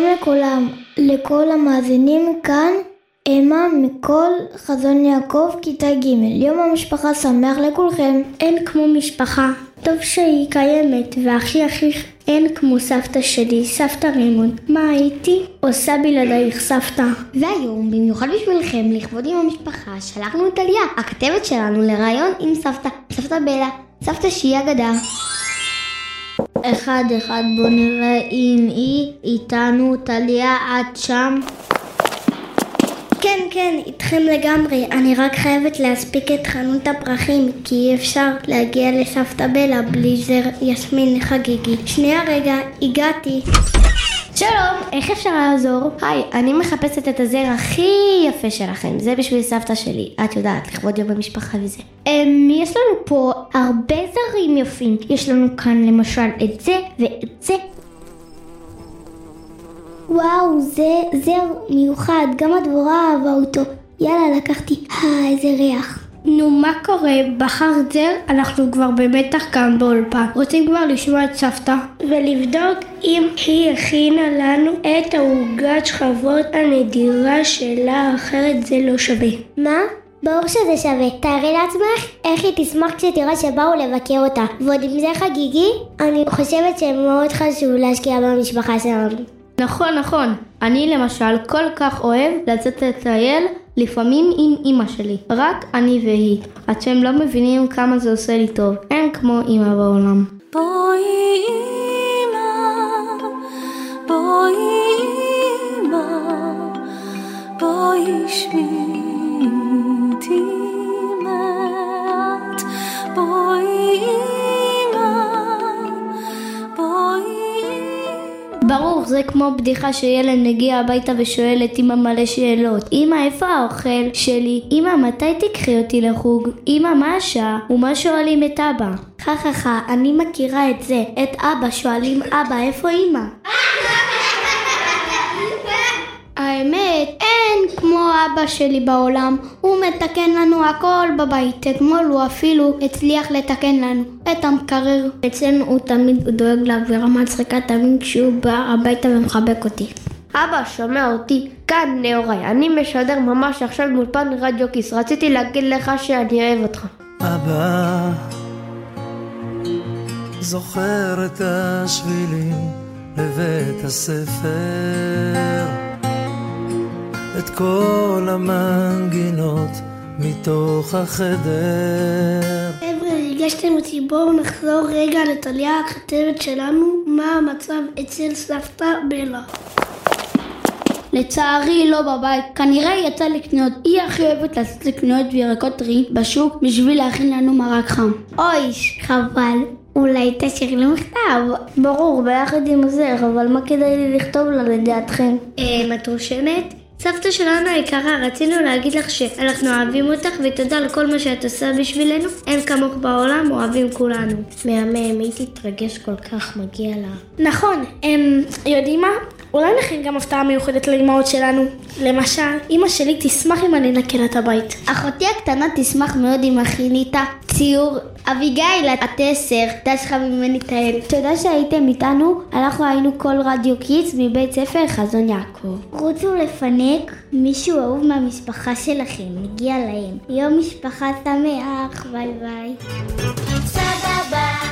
לכולם, לכל המאזינים כאן, אמה מכל חזון יעקב כיתה ג'. יום המשפחה שמח לכולכם. אין כמו משפחה, טוב שהיא קיימת, והכי אין כמו סבתא שלי, סבתא רימון. מה הייתי עושה בלעדייך סבתא? והיום במיוחד בשבילכם, לכבוד יום המשפחה, שלחנו את אליה, הכתבת שלנו, לראיון עם סבתא בלה, סבתא שהיא אגדה. אחד בוא נראה אם היא איתנו. טליה, את שם? כן, איתכם לגמרי. אני רק חייבת להספיק את חנות הפרחים, כי אי אפשר להגיע לסבתא בלה בלי זר יסמין חגיגי. שנייה רגע, הגעתי. שלום, איך אפשר לעזור? היי, אני מחפשת את הזר הכי יפה שלכם. זה בשביל סבתא שלי, את יודעת, לכבוד יום המשפחה וזה. יש לנו פה הרבה זרים יפים. יש לנו כאן למשל את זה ואת זה. וואו, זה זר מיוחד, גם הדבורה אהבה אותו. יאללה, לקחתי. איזה ריח. נו, מה קורה? בחרת זר? אנחנו כבר במתח כאן באולפן. רוצים כבר לשמוע את סבתא ולבדוק אם היא הכינה לנו את העוגת שכבות הנדירה שלה, אחרת זה לא שווה. מה? ברור שזה שווה. תארי לעצמך איך היא תשמח כשתראה שבאו לבקר אותה. ועוד אם זה חגיגי, אני חושבת שמאוד חשוב להשקיע במשפחה שלנו. נכון. אני למשל כל כך אוהב לצאת לטייל, לפעמים עם אמא שלי. רק אני והיא. אתם לא מבינים כמה זה עושה לי טוב. אין כמו אמא בעולם. בואי אמא, בואי אמא, בואי שמי איתי מעט. בואי אמא, בואי. ברור, זה כמו בדיחה שילד מגיע הביתה ושואל את אמא מלא שאלות. אמא, איפה האוכל שלי? אמא, מתי תקחי אותי לחוג? אמא, מה השעה? ומה שואלים את אבא? אני מכירה את זה. את אבא שואלים אבא, איפה אמא? האמת, אין כמו אבא שלי בעולם. הוא מתקן לנו הכל בבית. אתמול הוא אפילו הצליח לתקן לנו את המקרר. אצלנו הוא תמיד דואג לאווירה מצחיקה תמיד כשהוא בא הביתה ומחבק אותי. אבא, שומע אותי? כאן נאורי, אני משדר ממש עכשיו מאולפן רדיו כיס. רציתי להגיד לך שאני אוהב אותך. אבא, זוכר את השבילים לבית הספר, את כל המנגינות מתוך החדר. חבר'ה, הרגשתם אותי, בואו נחזור רגע לטליה, הכתבת שלנו, מה המצב אצל סבתא בלה. לצערי לא בבית, כנראה היא יצאה לקניות. היא הכי אוהבת לעשות לקניות וירקות טריים בשוק בשביל להכין לנו מרק חם. אוי, חבל. אולי תשאיר לי מכתב. ברור, ביחד עם הזר, אבל מה כדאי לי לכתוב לה לדעתכם? את רושמת? סבתא שלנו היקרה, רצינו להגיד לך שאנחנו אוהבים אותך ותודה על כל מה שאת עושה בשבילנו. אין כמוך בעולם, אוהבים כולנו. מהמם, היא תתרגש כל כך, מגיע לה. נכון, יודעים מה? אולי נכין גם הפתעה מיוחדת לאמהות שלנו. למשל, אמא שלי תשמח אם אני נקל את הבית. אחותי הקטנה תשמח מאוד אם הכין איתה ציור. אביגיל, את 10, תשכב ממני תהל. תודה שהייתם איתנו, היינו כל רדיו קידס מבית ספר חזון יעקב. רוצו לפנק מישהו אהוב מהמשפחה שלכם, מגיע להם. יום משפחה שמח, ביי ביי. סבבה.